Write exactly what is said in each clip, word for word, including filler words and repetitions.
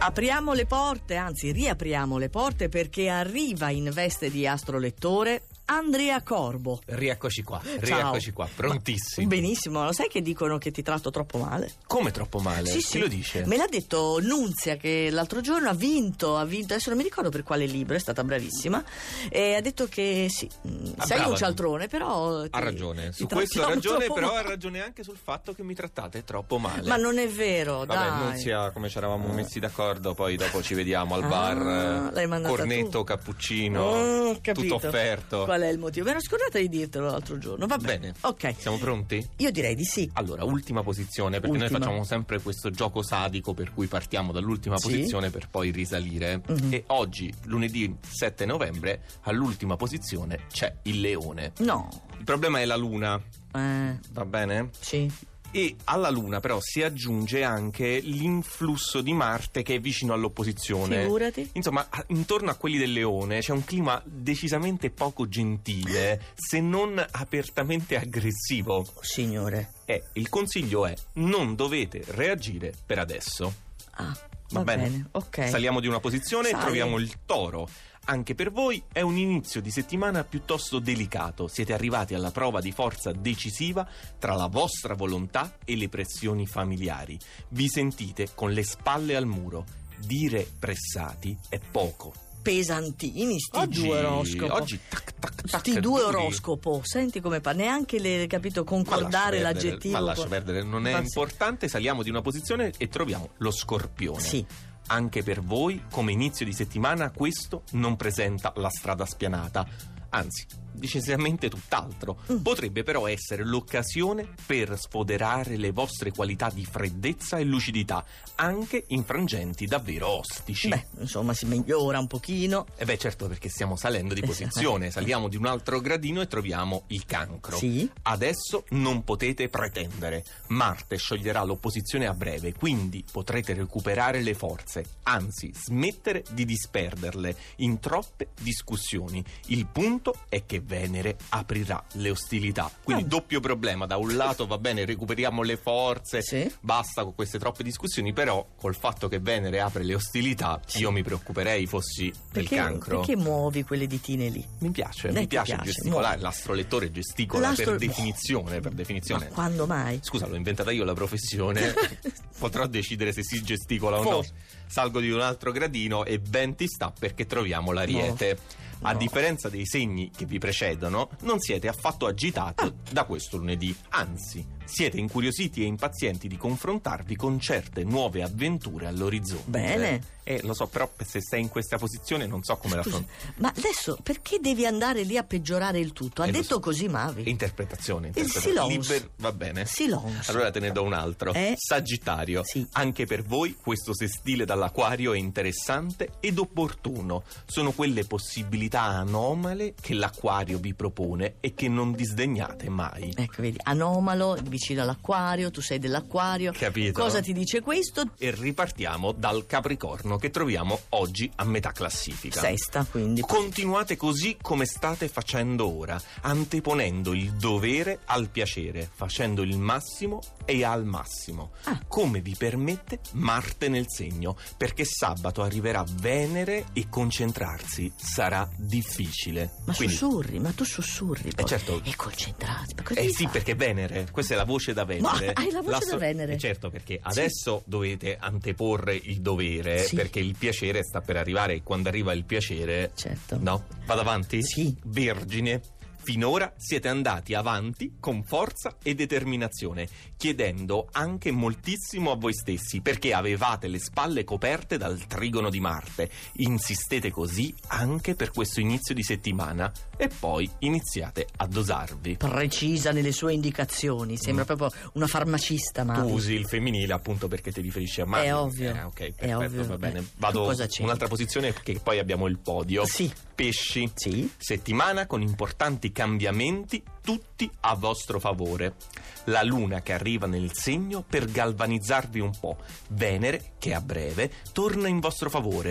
Apriamo le porte, anzi riapriamo le porte, perché arriva in veste di astrolettore Andrea Corbo. Rieccoci qua, Ciao. rieccoci qua, prontissimo. Benissimo, lo sai che dicono che ti tratto troppo male? Come troppo male? Sì, Chi sì. lo dice? Me l'ha detto Nunzia, che l'altro giorno ha vinto, ha vinto, adesso non mi ricordo per quale libro, è stata bravissima, e ha detto che sì, Ah, sei brava. un cialtrone, però... Ha ti- ragione, ti su questo ha trattiamo ragione, troppo però male. ha ragione anche sul fatto che mi trattate troppo male. Ma non è vero, Vabbè, dai. Nunzia, come ci eravamo messi d'accordo, poi dopo ci vediamo al Ah, bar, l'hai mandata cornetto, tu. cappuccino, Oh, ho capito. tutto offerto. Qual è il motivo? Mi ero scordata di dirtelo l'altro giorno. Va bene. Bene. Ok. Siamo pronti? Io direi di sì. Allora, ultima posizione, perché Ultima. noi facciamo sempre questo gioco sadico per cui partiamo dall'ultima Sì. posizione per poi risalire. Mhm. E oggi, lunedì sette novembre, all'ultima posizione c'è il leone. No. Il problema è la luna, Eh, va bene? sì. E alla luna però si aggiunge anche l'influsso di Marte che è vicino all'opposizione. Figurati. Insomma, a- intorno a quelli del leone c'è un clima decisamente poco gentile, se non apertamente aggressivo. Oh, signore. E il consiglio è: non dovete reagire per adesso. Ah, Va, va bene? bene. Ok. Saliamo di una posizione e Sali. troviamo il toro. Anche per voi è un inizio di settimana piuttosto delicato. Siete arrivati alla prova di forza decisiva tra la vostra volontà e le pressioni familiari. Vi sentite con le spalle al muro. Dire pressati è poco. Pesantini sti Oggi, due oroscopo. oggi tac tac tac. Sti due duri. oroscopo. Senti come fa. Neanche le, capito, Ma concordare lascia perdere, l'aggettivo. Ma lascia perdere, non è Ma sì. importante. Saliamo di una posizione e troviamo lo scorpione. Sì. Anche per voi, come inizio di settimana, questo non presenta la strada spianata. Anzi, decisamente tutt'altro. Mm. Potrebbe però essere l'occasione per sfoderare le vostre qualità di freddezza e lucidità, anche in frangenti davvero ostici. Beh, insomma, si migliora un pochino. E beh, certo, perché stiamo salendo di posizione. Saliamo di un altro gradino e troviamo il cancro. Sì. Adesso non potete pretendere. Marte scioglierà l'opposizione a breve, quindi potrete recuperare le forze, anzi smettere di disperderle in troppe discussioni. Il punto è che Venere aprirà le ostilità. Quindi Ah. doppio problema: da un lato va bene, recuperiamo le forze, Sì. basta con queste troppe discussioni, però col fatto che Venere apre le ostilità Sì. io mi preoccuperei fossi del Perché, cancro. perché muovi quelle ditine lì? Mi piace, Dai, mi ti piace, piace, gesticolare. muovi. L'astrolettore gesticola L'astro- per definizione, per definizione. Ma quando mai? Scusa, l'ho inventata io la professione. Potrò decidere se si gesticola o no. Forse. Salgo di un altro gradino e ben ti sta, perché troviamo l'Ariete. A No. differenza dei segni che vi precedono, non siete affatto agitati Ah. da questo lunedì. Anzi, siete incuriositi e impazienti di confrontarvi con certe nuove avventure all'orizzonte. Bene. Eh, lo so, però se sei in questa posizione non so come la Scusa, affrontare. ma adesso perché devi andare lì a peggiorare il tutto? Ha Eh, lo detto so. così Mavi. Interpretazione, Il interpretazione. silence. Liber- va bene. Silence. Allora te ne do un altro. Eh? Sagittario. Sì. Anche per voi questo sestile dall'Aquario è interessante ed opportuno. Sono quelle possibilità anomale che l'Aquario vi propone e che non disdegnate mai. Ecco, vedi, anomalo, vicino all'acquario, tu sei dell'acquario. Capito? Cosa ti dice questo? E ripartiamo dal Capricorno, che troviamo oggi a metà classifica. Sesta, quindi. Continuate così come state facendo ora, anteponendo il dovere al piacere, facendo il massimo e al massimo, Ah. come vi permette Marte nel segno, perché sabato arriverà Venere e concentrarsi sarà difficile. Ma Quindi, sussurri, ma tu sussurri. poi. certo. E concentrati. Ma cosa eh devi sì, fare? perché Venere, questa è la voce da Venere. Ma hai la voce da Venere? Eh, certo, perché adesso dovete anteporre il dovere, Sì. perché il piacere sta per arrivare e quando arriva il piacere... Certo. No? Vado avanti? Sì. Vergine. Finora siete andati avanti con forza e determinazione, chiedendo anche moltissimo a voi stessi, perché avevate le spalle coperte dal trigono di Marte. Insistete così anche per questo inizio di settimana e poi iniziate a dosarvi. Precisa nelle sue indicazioni, sembra proprio una farmacista, ma Tu usi il femminile appunto perché ti riferisci a Mario. È ovvio. Eh, ok, È perfetto, ovvio. va bene. Eh, Vado cosa c'entra? un'altra posizione che poi abbiamo il podio. Sì. Pesci. Sì. Settimana con importanti cambiamenti, tutti a vostro favore. La luna che arriva nel segno per galvanizzarvi un po'. Venere che a breve torna in vostro favore.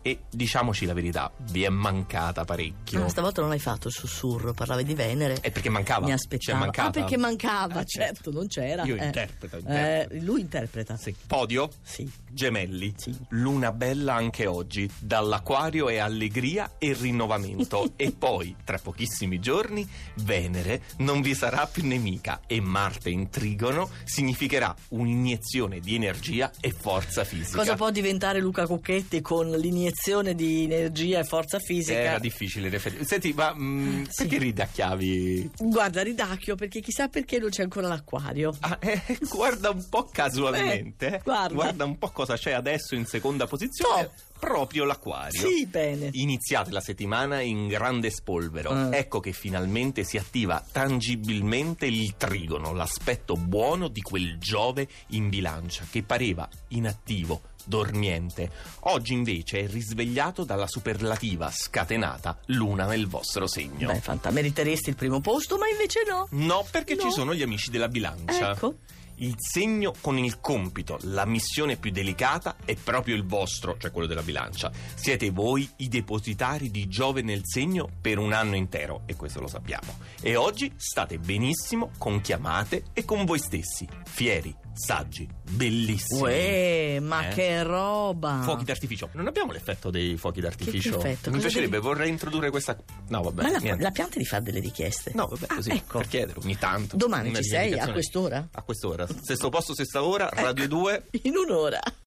E diciamoci la verità, vi è mancata parecchio. Ah, stavolta non hai fatto il sussurro, parlavi di Venere. È perché mancava. Mi C'è aspettavo. mancata. Ah, perché mancava, Eh, certo, non c'era. Io eh. interpreto, Eh, interpreto. lui interpreta. Sì. Podio? Sì. Gemelli, Sì. luna bella anche oggi, dall'Acquario è allegria e rinnovamento. E poi, tra pochissimi giorni, Venere non vi sarà più nemica e Marte in trigono significherà un'iniezione di energia e forza fisica. Cosa può diventare Luca Cucchetti con l'iniezione di energia e forza fisica? Era difficile riferire. Senti, ma mh, Sì. perché ridacchiavi? Guarda, ridacchio perché chissà perché non c'è ancora l'Acquario. Ah, eh, guarda un po' casualmente, Eh, guarda. un po' cosa c'è adesso in seconda posizione. Oh. Proprio l'Acquario. Sì, bene. Iniziate la settimana in grande spolvero. Eh. Ecco che finalmente si attiva tangibilmente il trigono, l'aspetto buono di quel Giove in Bilancia che pareva inattivo, dormiente. Oggi invece è risvegliato dalla superlativa scatenata luna nel vostro segno. Beh, fanta, meriteresti il primo posto, ma invece no. No, perché No. ci sono gli amici della Bilancia. Ecco. Il segno con il compito, la missione più delicata è proprio il vostro, cioè quello della Bilancia. Siete voi i depositari di Giove nel segno per un anno intero, e questo lo sappiamo. E oggi state benissimo con chiamate e con voi stessi, fieri, saggi, bellissimi. Uè, ma Eh? che roba! Fuochi d'artificio. Non abbiamo l'effetto dei fuochi d'artificio? Che effetto? Mi Cosa piacerebbe, devi- vorrei introdurre questa. No, vabbè. Ma la, niente. la pianta ti fa delle richieste? No, vabbè, Ah, così, ecco. per chiedere ogni tanto. Domani Una ci sei? A rivendicazione. quest'ora? A quest'ora. Sesto posto, sesta ora, Radio due. In un'ora.